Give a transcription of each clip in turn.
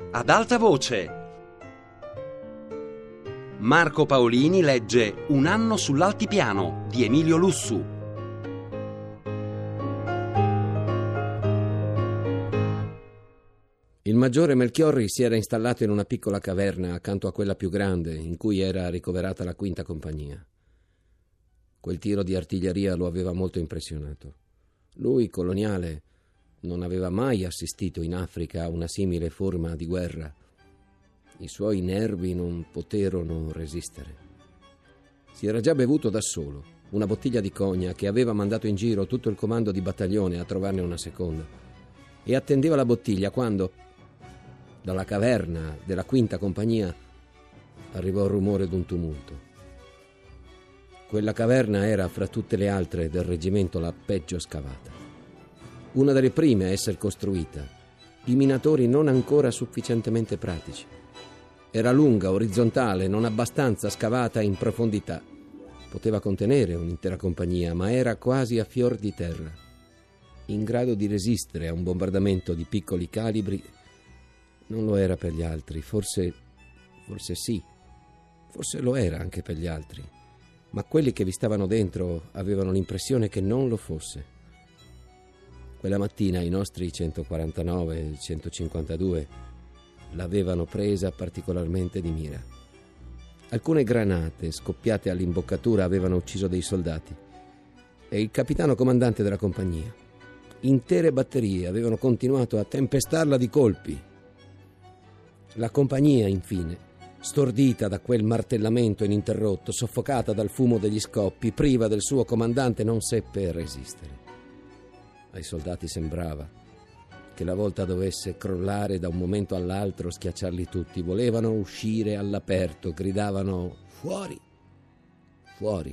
ad alta voce. Marco Paolini legge Un anno sull'altipiano di Emilio Lussu. Il maggiore Melchiorri si era installato in una piccola caverna accanto a quella più grande in cui era ricoverata la quinta compagnia. Quel tiro di artiglieria lo aveva molto impressionato. Lui, coloniale, non aveva mai assistito in Africa a una simile forma di guerra. I suoi nervi non poterono resistere. Si era già bevuto da solo una bottiglia di cognac e aveva mandato in giro tutto il comando di battaglione a trovarne una seconda. E attendeva la bottiglia quando, dalla caverna della quinta compagnia, arrivò il rumore d'un tumulto. Quella caverna era, fra tutte le altre del reggimento, la peggio scavata. Una delle prime a essere costruita, i minatori non ancora sufficientemente pratici. Era lunga, orizzontale, non abbastanza scavata in profondità. Poteva contenere un'intera compagnia, ma era quasi a fior di terra, in grado di resistere a un bombardamento di piccoli calibri. Non lo era per gli altri, forse sì, forse lo era anche per gli altri, ma quelli che vi stavano dentro avevano l'impressione che non lo fosse. Quella mattina i nostri 149 e 152 l'avevano presa particolarmente di mira. Alcune granate scoppiate all'imboccatura avevano ucciso dei soldati e il capitano comandante della compagnia. Intere batterie avevano continuato a tempestarla di colpi. La compagnia, infine, stordita da quel martellamento ininterrotto, soffocata dal fumo degli scoppi, priva del suo comandante, non seppe resistere. Ai soldati sembrava che la volta dovesse crollare da un momento all'altro, schiacciarli tutti. Volevano uscire all'aperto, gridavano fuori, fuori.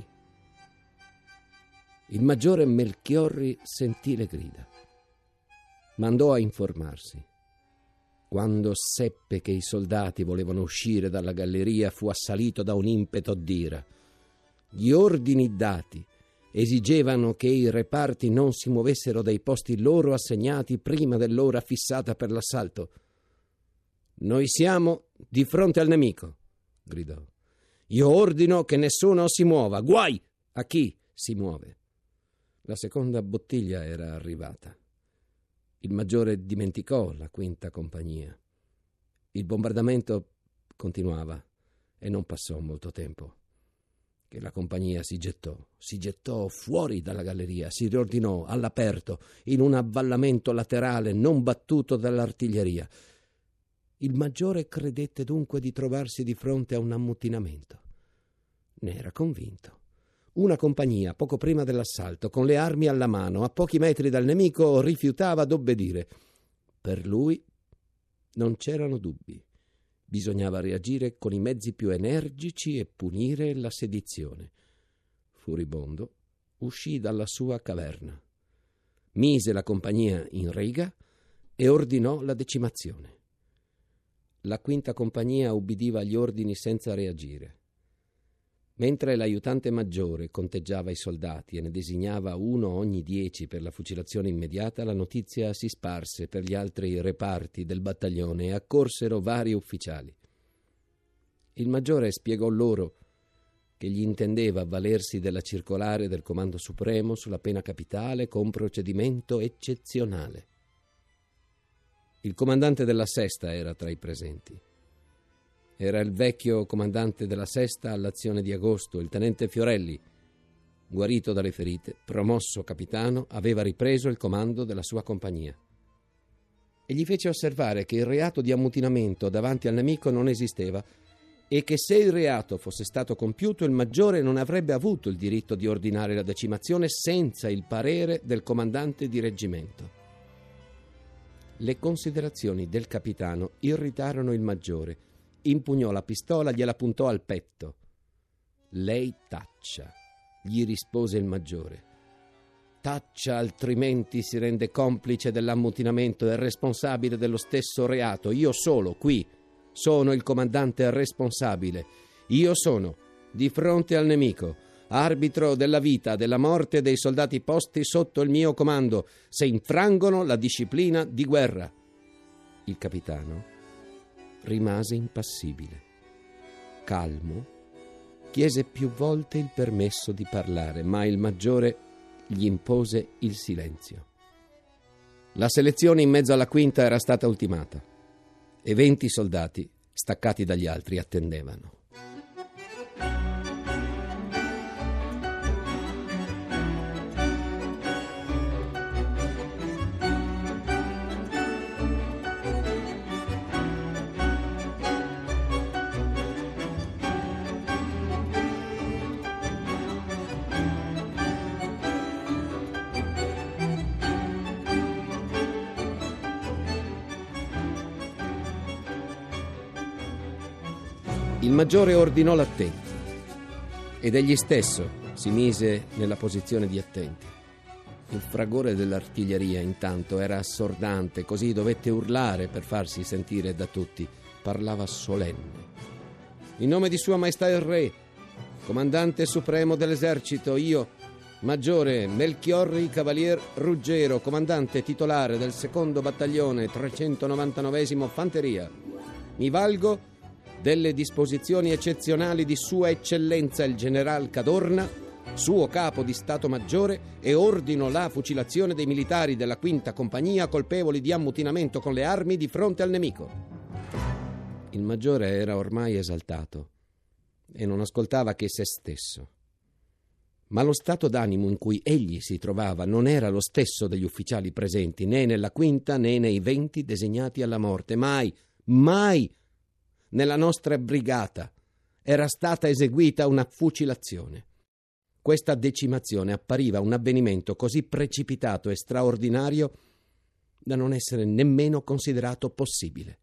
Il maggiore Melchiorri sentì le grida. Mandò a informarsi. Quando seppe che i soldati volevano uscire dalla galleria, fu assalito da un impeto d'ira. Gli ordini dati esigevano che i reparti non si muovessero dai posti loro assegnati prima dell'ora fissata per l'assalto. «Noi siamo di fronte al nemico», gridò. «Io ordino che nessuno si muova. Guai a chi si muove». La seconda bottiglia era arrivata. Il maggiore dimenticò la quinta compagnia. Il bombardamento continuava e non passò molto tempo che la compagnia si gettò fuori dalla galleria, si riordinò all'aperto in un avvallamento laterale non battuto dall'artiglieria. Il maggiore credette dunque di trovarsi di fronte a un ammutinamento. Ne era convinto. Una compagnia, poco prima dell'assalto, con le armi alla mano, a pochi metri dal nemico, rifiutava d'obbedire. Per lui non c'erano dubbi. Bisognava reagire con i mezzi più energici e punire la sedizione. Furibondo, uscì dalla sua caverna, mise la compagnia in riga e ordinò la decimazione. La quinta compagnia ubbidiva agli ordini senza reagire. Mentre l'aiutante maggiore conteggiava i soldati e ne designava uno ogni 10 per la fucilazione immediata, la notizia si sparse per gli altri reparti del battaglione e accorsero vari ufficiali. Il maggiore spiegò loro che gli intendeva avvalersi della circolare del Comando Supremo sulla pena capitale con procedimento eccezionale. Il comandante della Sesta era tra i presenti. Era il vecchio comandante della Sesta all'azione di agosto, il tenente Fiorelli. Guarito dalle ferite, promosso capitano, aveva ripreso il comando della sua compagnia. E gli fece osservare che il reato di ammutinamento davanti al nemico non esisteva e che se il reato fosse stato compiuto il maggiore non avrebbe avuto il diritto di ordinare la decimazione senza il parere del comandante di reggimento. Le considerazioni del capitano irritarono il maggiore. Impugnò la pistola, gliela puntò al petto. «Lei taccia», gli rispose il maggiore. «Taccia, altrimenti si rende complice dell'ammutinamento e responsabile dello stesso reato. Io solo, qui, sono il comandante responsabile. Io sono, di fronte al nemico, arbitro della vita, della morte dei soldati posti sotto il mio comando, se infrangono la disciplina di guerra». Il capitano rimase impassibile. Calmo, chiese più volte il permesso di parlare, ma il maggiore gli impose il silenzio. La selezione in mezzo alla quinta era stata ultimata e 20 soldati, staccati dagli altri, attendevano. Il maggiore ordinò l'attenti ed egli stesso si mise nella posizione di attenti. Il fragore dell'artiglieria intanto era assordante, così dovette urlare per farsi sentire da tutti. Parlava solenne. In nome di Sua Maestà il Re, comandante supremo dell'esercito, io, maggiore Melchiorri Cavalier Ruggero, comandante titolare del 2° battaglione 399esimo Fanteria, mi valgo delle disposizioni eccezionali di Sua Eccellenza il General Cadorna, suo capo di Stato Maggiore, e ordino la fucilazione dei militari della 5ª compagnia colpevoli di ammutinamento con le armi di fronte al nemico. Il maggiore era ormai esaltato e non ascoltava che se stesso. Ma lo stato d'animo in cui egli si trovava non era lo stesso degli ufficiali presenti, né nella 5ª né nei 20 designati alla morte. Mai nella nostra brigata era stata eseguita una fucilazione. Questa decimazione appariva un avvenimento così precipitato e straordinario da non essere nemmeno considerato possibile.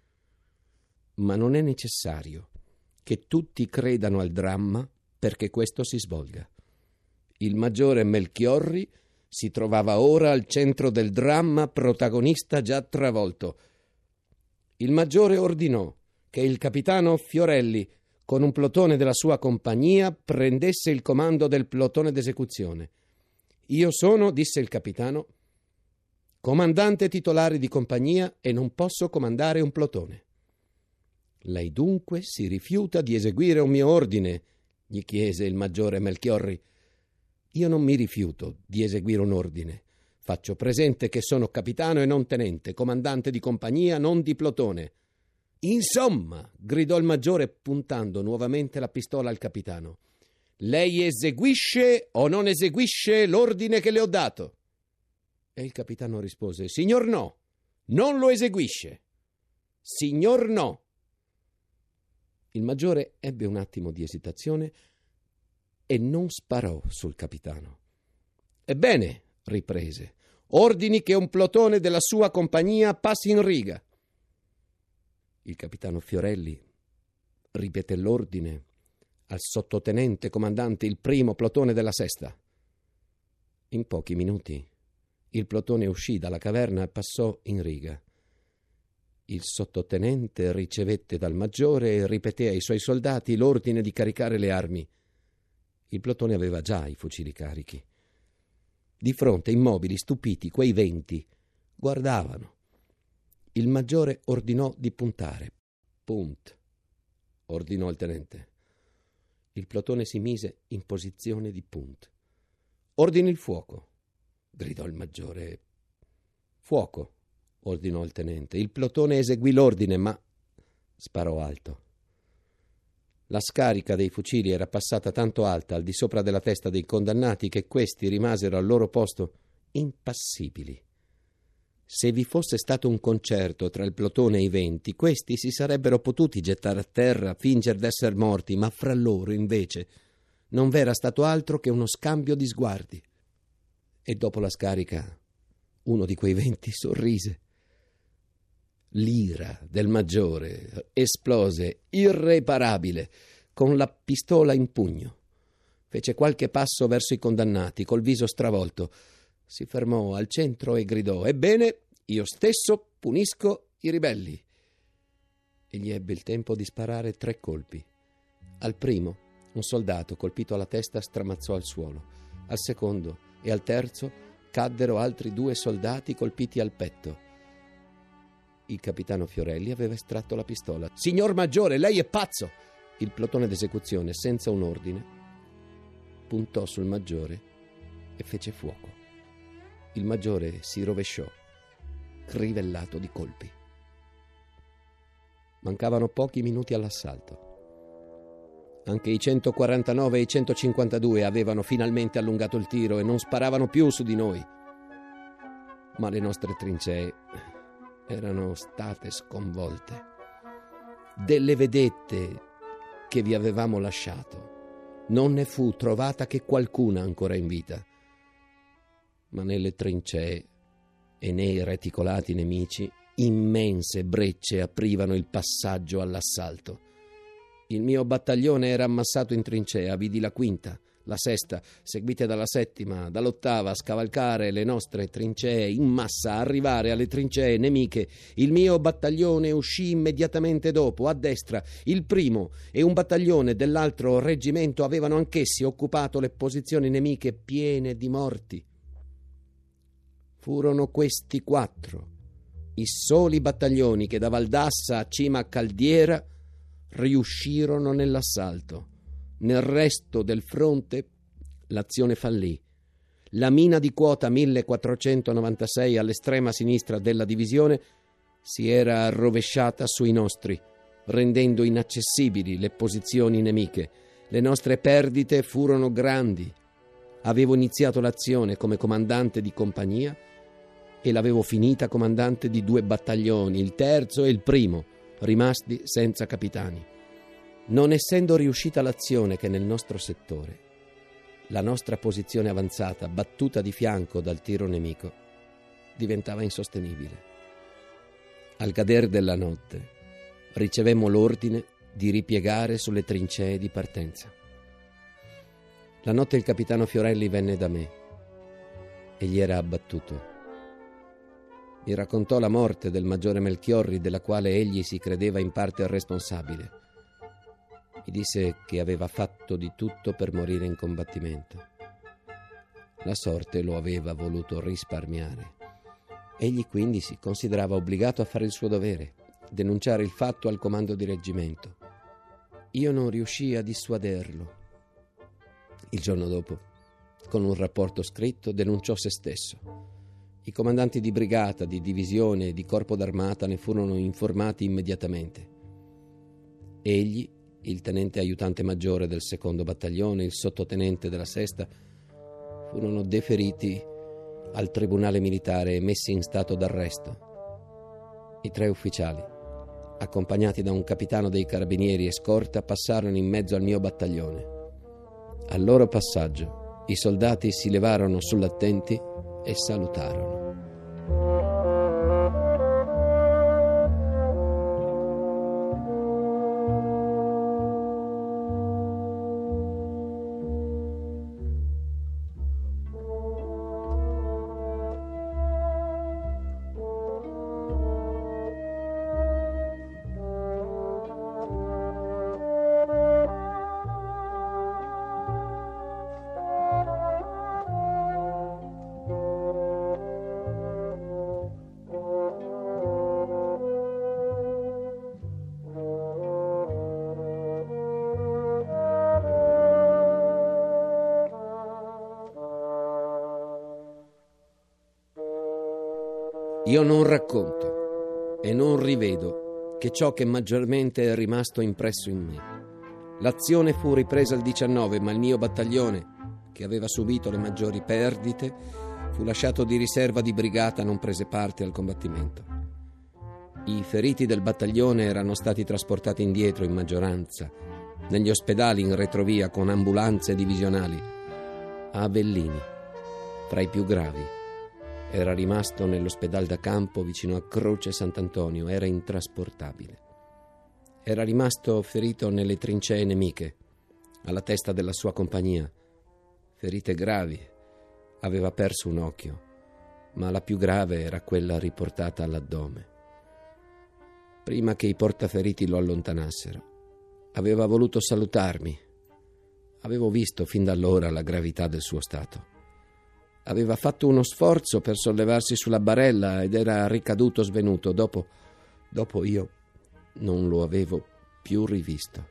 Ma non è necessario che tutti credano al dramma perché questo si svolga. Il maggiore Melchiorri si trovava ora al centro del dramma, protagonista già travolto. Il maggiore ordinò che il capitano Fiorelli, con un plotone della sua compagnia, prendesse il comando del plotone d'esecuzione. Io sono, disse il capitano, comandante titolare di compagnia e non posso comandare un plotone. Lei dunque si rifiuta di eseguire un mio ordine? Gli chiese il maggiore Melchiorri. Io non mi rifiuto di eseguire un ordine. Faccio presente che sono capitano e non tenente, comandante di compagnia, non di plotone. Insomma, gridò il maggiore puntando nuovamente la pistola al capitano, lei eseguisce o non eseguisce l'ordine che le ho dato? E il capitano rispose, signor no, non lo eseguisce. Signor no. Il maggiore ebbe un attimo di esitazione e non sparò sul capitano. Ebbene, riprese, ordini che un plotone della sua compagnia passi in riga. Il capitano Fiorelli ripeté l'ordine al sottotenente comandante il 1° plotone della 6ª. In pochi minuti il plotone uscì dalla caverna e passò in riga. Il sottotenente ricevette dal maggiore e ripeté ai suoi soldati l'ordine di caricare le armi. Il plotone aveva già i fucili carichi. Di fronte, immobili, stupiti, quei 20 guardavano. Il maggiore ordinò di puntare. Punt, ordinò il tenente. Il plotone si mise in posizione di punt. Ordini il fuoco, gridò il maggiore. Fuoco, ordinò il tenente. Il plotone eseguì l'ordine, ma sparò alto. La scarica dei fucili era passata tanto alta al di sopra della testa dei condannati che questi rimasero al loro posto impassibili. Se vi fosse stato un concerto tra il plotone e i 20, questi si sarebbero potuti gettare a terra, fingere d'essere morti, ma fra loro, invece, non v'era stato altro che uno scambio di sguardi. E dopo la scarica, uno di quei 20 sorrise. L'ira del maggiore esplose, irreparabile, con la pistola in pugno. Fece qualche passo verso i condannati, col viso stravolto. Si fermò al centro e gridò: «Ebbene, io stesso punisco i ribelli». Egli ebbe il tempo di sparare 3 colpi. Al primo, un soldato colpito alla testa stramazzò al suolo. Al secondo e al terzo caddero altri 2 soldati colpiti al petto. il capitano Fiorelli aveva estratto la pistola. «Signor Maggiore, lei è pazzo!» Il plotone d'esecuzione, senza un ordine, puntò sul Maggiore e fece fuoco. Il Maggiore si rovesciò, crivellato di colpi. Mancavano pochi minuti all'assalto. Anche i 149 e i 152 avevano finalmente allungato il tiro e non sparavano più su di noi. Ma le nostre trincee erano state sconvolte. Delle vedette che vi avevamo lasciato non ne fu trovata che qualcuna ancora in vita. Ma nelle trincee e nei reticolati nemici immense brecce aprivano il passaggio all'assalto. Il mio battaglione era ammassato in trincea, vidi la quinta, la sesta, seguite dalla settima, dall'ottava, scavalcare le nostre trincee in massa, arrivare alle trincee nemiche. Il mio battaglione uscì immediatamente dopo, a destra. Il primo e un battaglione dell'altro reggimento avevano anch'essi occupato le posizioni nemiche piene di morti. Furono questi 4 i soli battaglioni che da Valdassa a Cima a Caldiera riuscirono nell'assalto. Nel resto del fronte l'azione fallì. La mina di quota 1496 all'estrema sinistra della divisione si era arrovesciata sui nostri, rendendo inaccessibili le posizioni nemiche. Le nostre perdite furono grandi. Avevo iniziato l'azione come comandante di compagnia e l'avevo finita comandante di 2 battaglioni, il terzo e il primo, rimasti senza capitani. Non essendo riuscita l'azione che nel nostro settore, la nostra posizione avanzata, battuta di fianco dal tiro nemico, diventava insostenibile. Al cader della notte ricevemmo l'ordine di ripiegare sulle trincee di partenza. La notte il capitano Fiorelli venne da me. Egli era abbattuto. Mi raccontò la morte del maggiore Melchiorri, della quale egli si credeva in parte responsabile. Mi disse che aveva fatto di tutto per morire in combattimento. La sorte lo aveva voluto risparmiare. Egli quindi si considerava obbligato a fare il suo dovere, denunciare il fatto al comando di reggimento. Io non riuscii a dissuaderlo. Il giorno dopo, con un rapporto scritto, denunciò se stesso. I comandanti di brigata, di divisione e di corpo d'armata ne furono informati immediatamente. Egli, il tenente aiutante maggiore del 2° battaglione, il sottotenente della 6ª, furono deferiti al tribunale militare e messi in stato d'arresto. I 3 ufficiali, accompagnati da un capitano dei carabinieri e scorta, passarono in mezzo al mio battaglione. Al loro passaggio, i soldati si levarono sull'attenti e salutarono. Io non racconto e non rivedo che ciò che maggiormente è rimasto impresso in me. L'azione fu ripresa il 19, ma il mio battaglione, che aveva subito le maggiori perdite, fu lasciato di riserva di brigata, non prese parte al combattimento. I feriti del battaglione erano stati trasportati indietro in maggioranza, negli ospedali in retrovia con ambulanze divisionali. A Avellini, fra i più gravi, era rimasto nell'ospedale da campo vicino a Croce Sant'Antonio, era intrasportabile. Era rimasto ferito nelle trincee nemiche, alla testa della sua compagnia, ferite gravi, aveva perso un occhio, ma la più grave era quella riportata all'addome. Prima che i portaferiti lo allontanassero, aveva voluto salutarmi. Avevo visto fin da allora la gravità del suo stato. Aveva fatto uno sforzo per sollevarsi sulla barella ed era ricaduto svenuto. Dopo Dopo io non lo avevo più rivisto.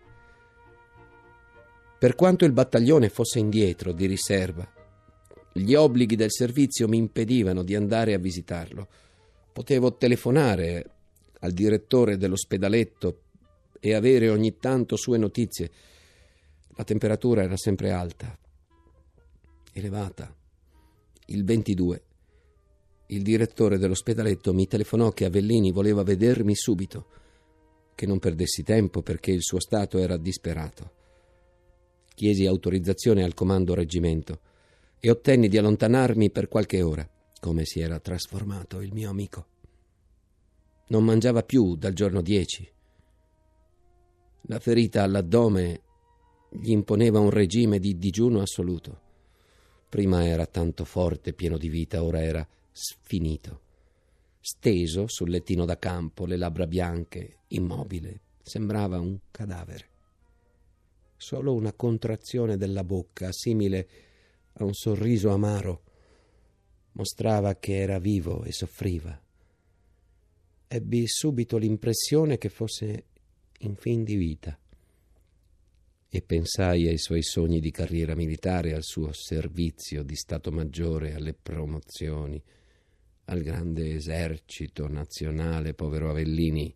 Per quanto il battaglione fosse indietro, di riserva, gli obblighi del servizio mi impedivano di andare a visitarlo. Potevo telefonare al direttore dell'ospedaletto e avere ogni tanto sue notizie. La temperatura era sempre alta, elevata. Il 22, il direttore dell'ospedaletto mi telefonò che Avellini voleva vedermi subito, che non perdessi tempo perché il suo stato era disperato. Chiesi autorizzazione al comando reggimento e ottenni di allontanarmi per qualche ora. Come si era trasformato il mio amico. Non mangiava più dal giorno 10. La ferita all'addome gli imponeva un regime di digiuno assoluto. Prima era tanto forte, pieno di vita, ora era sfinito. Steso sul lettino da campo, le labbra bianche, immobile, sembrava un cadavere. Solo una contrazione della bocca, simile a un sorriso amaro, mostrava che era vivo e soffriva. Ebbi subito l'impressione che fosse in fin di vita e pensai ai suoi sogni di carriera militare, al suo servizio di Stato Maggiore, alle promozioni, al grande esercito nazionale. Povero Avellini.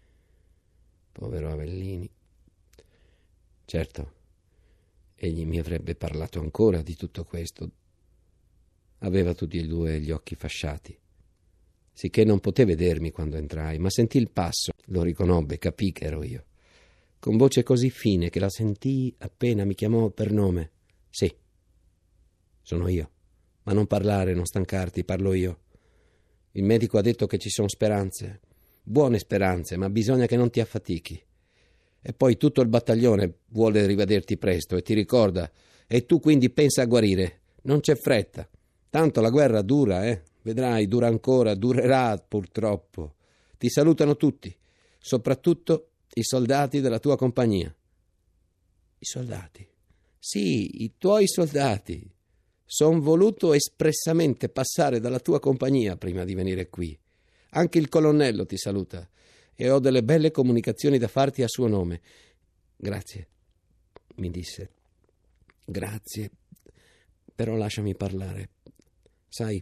Certo, egli mi avrebbe parlato ancora di tutto questo. Aveva tutti e due gli occhi fasciati, sicché non poté vedermi quando entrai, ma sentì il passo, lo riconobbe, capì che ero io. Con voce così fine che la sentii appena mi chiamò per nome. Sì, sono io, ma non parlare, non stancarti, parlo io. Il medico ha detto che ci sono speranze, buone speranze, ma bisogna che non ti affatichi. E poi tutto il battaglione vuole rivederti presto e ti ricorda, e tu quindi pensa a guarire. Non c'è fretta. Tanto la guerra dura, Vedrai, dura ancora, durerà purtroppo. Ti salutano tutti, soprattutto i soldati della tua compagnia. I soldati? Sì, i tuoi soldati. Son voluto espressamente passare dalla tua compagnia prima di venire qui. Anche il colonnello ti saluta e ho delle belle comunicazioni da farti a suo nome. Grazie, mi disse. Grazie, però lasciami parlare. Sai,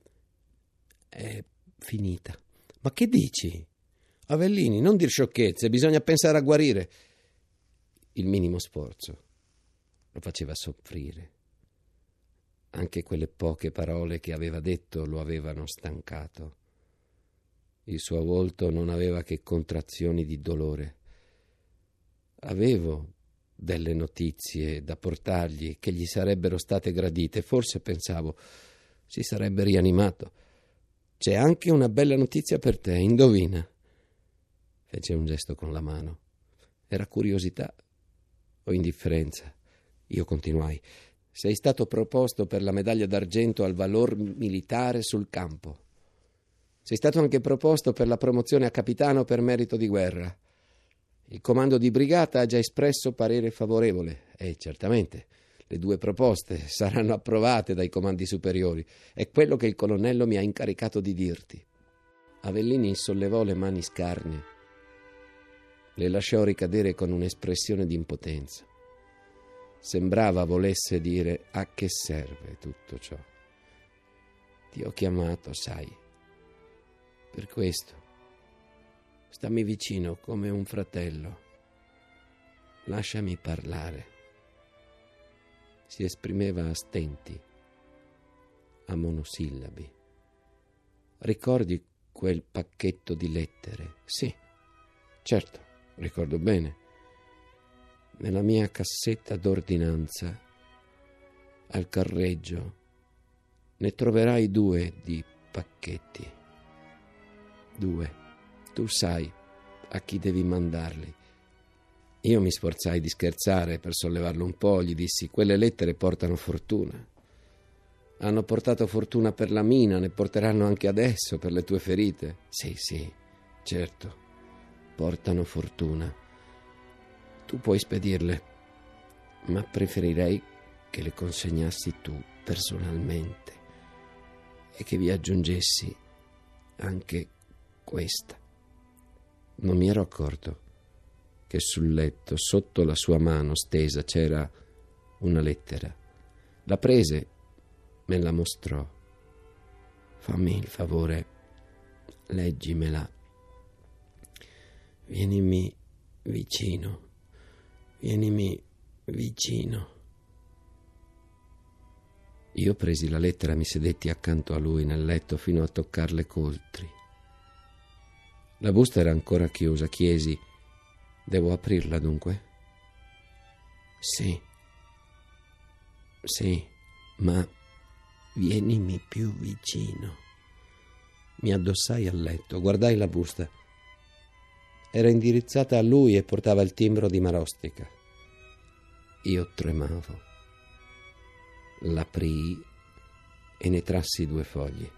è finita. Ma che dici? Avellini, non dir sciocchezze, bisogna pensare a guarire. Il minimo sforzo lo faceva soffrire. Anche quelle poche parole che aveva detto lo avevano stancato. Il suo volto non aveva che contrazioni di dolore. Avevo delle notizie da portargli che gli sarebbero state gradite. Forse, pensavo, si sarebbe rianimato. C'è anche una bella notizia per te, indovina. Fece un gesto con la mano. Era curiosità o indifferenza? Io continuai. Sei stato proposto per la medaglia d'argento al valor militare sul campo. Sei stato anche proposto per la promozione a capitano per merito di guerra. Il comando di brigata ha già espresso parere favorevole e certamente le due proposte saranno approvate dai comandi superiori. È quello che il colonnello mi ha incaricato di dirti. Avellini sollevò le mani scarne. Le lasciò ricadere con un'espressione di impotenza. Sembrava volesse dire: a che serve tutto ciò? Ti ho chiamato, sai. Per questo. Stammi vicino come un fratello. Lasciami parlare. Si esprimeva a stenti, a monosillabi. Ricordi quel pacchetto di lettere? Sì, certo, ricordo bene. Nella mia cassetta d'ordinanza, al carreggio, ne troverai 2 di pacchetti. 2. Tu sai a chi devi mandarli. Io mi sforzai di scherzare per sollevarlo un po', gli dissi: quelle lettere portano fortuna. Hanno portato fortuna per la mina, ne porteranno anche adesso per le tue ferite. Sì, certo, portano fortuna. Tu puoi spedirle, ma preferirei che le consegnassi tu personalmente e che vi aggiungessi anche questa. non mi ero accorto che sul letto, sotto la sua mano stesa, c'era una lettera. La prese, me la mostrò. Fammi il favore, leggimela. Vienimi vicino, vienimi vicino. Io presi la lettera, mi sedetti accanto a lui nel letto fino a toccar le coltri. La busta era ancora chiusa. Chiesi: devo aprirla dunque? Sì, ma vienimi più vicino. Mi addossai al letto, guardai la busta. Era indirizzata a lui e portava il timbro di Marostica. Io tremavo. L'aprii e ne trassi 2 fogli.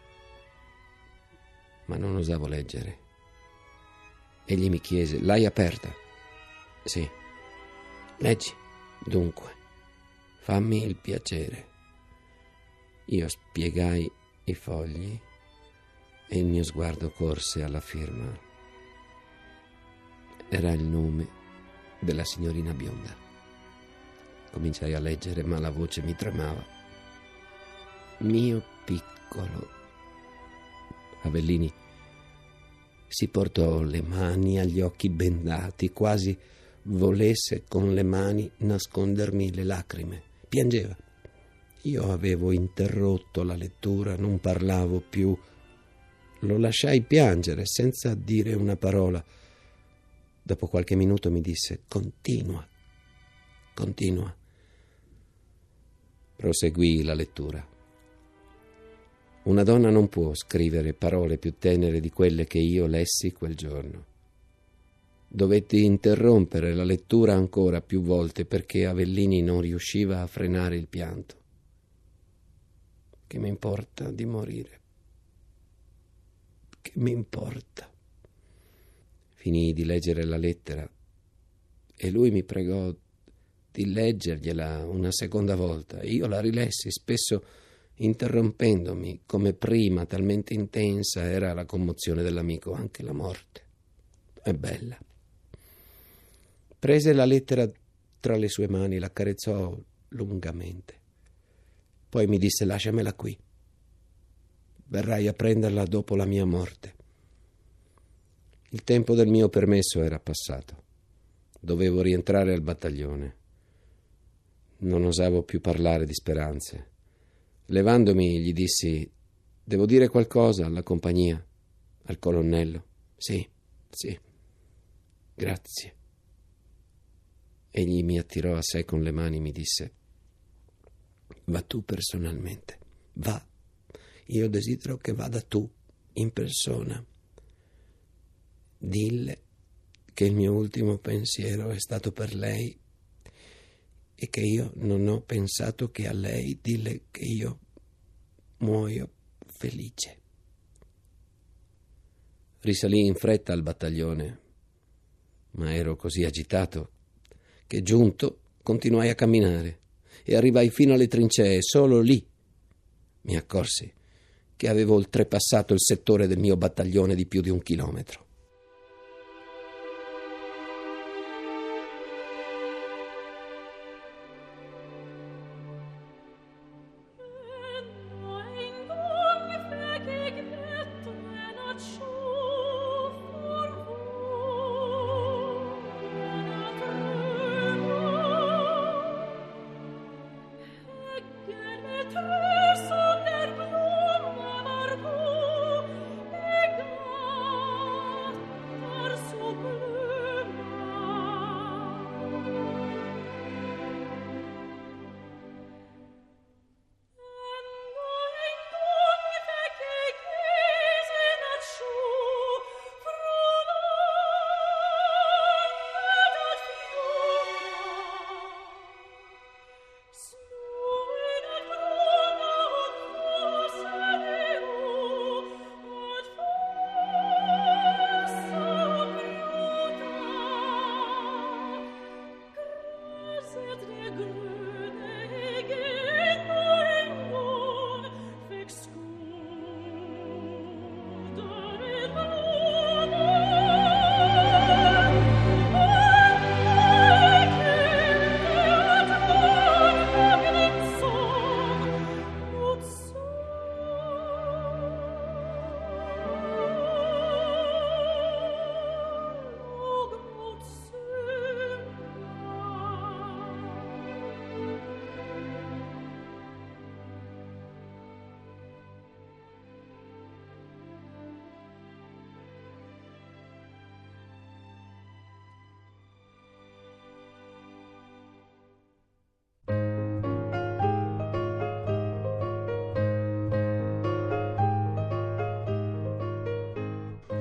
Ma non osavo leggere. Egli mi chiese: l'hai aperta? Sì. Leggi, dunque. Fammi il piacere. Io spiegai i fogli e il mio sguardo corse alla firma. Era il nome della signorina bionda. Cominciai a leggere, ma la voce mi tremava. Mio piccolo. Avellini si portò le mani agli occhi bendati, quasi volesse con le mani nascondermi le lacrime. Piangeva. Io avevo interrotto la lettura, non parlavo più. Lo lasciai piangere senza dire una parola. Dopo qualche minuto mi disse: continua. Proseguii la lettura. Una donna non può scrivere parole più tenere di quelle che io lessi quel giorno. Dovetti interrompere la lettura ancora più volte perché Avellini non riusciva a frenare il pianto. Che mi importa di morire? Che mi importa? Finii di leggere la lettera e lui mi pregò di leggergliela una seconda volta. Io la rilessi, spesso interrompendomi, come prima, talmente intensa era la commozione dell'amico. Anche la morte è bella. Prese la lettera tra le sue mani, l'accarezzò lungamente. Poi mi disse: lasciamela qui. Verrai a prenderla dopo la mia morte. Il tempo del mio permesso era passato. Dovevo rientrare al battaglione. Non osavo più parlare di speranze. Levandomi gli dissi: devo dire qualcosa alla compagnia, al colonnello. Sì, grazie. Egli mi attirò a sé con le mani e mi disse: va tu personalmente, va. Io desidero che vada tu in persona. Dille che il mio ultimo pensiero è stato per lei e che io non ho pensato che a lei. Dille che io muoio felice. Risalii in fretta al battaglione, ma ero così agitato che, giunto, continuai a camminare e arrivai fino alle trincee. Solo lì mi accorsi che avevo oltrepassato il settore del mio battaglione di più di 1 chilometro.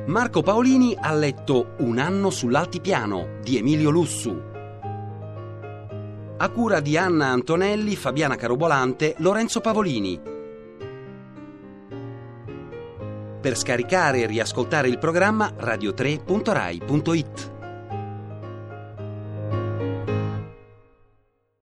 Marco Paolini ha letto Un anno sull'altipiano di Emilio Lussu. A cura di Anna Antonelli, Fabiana Carobolante, Lorenzo Pavolini. Per scaricare e riascoltare il programma radio3.rai.it.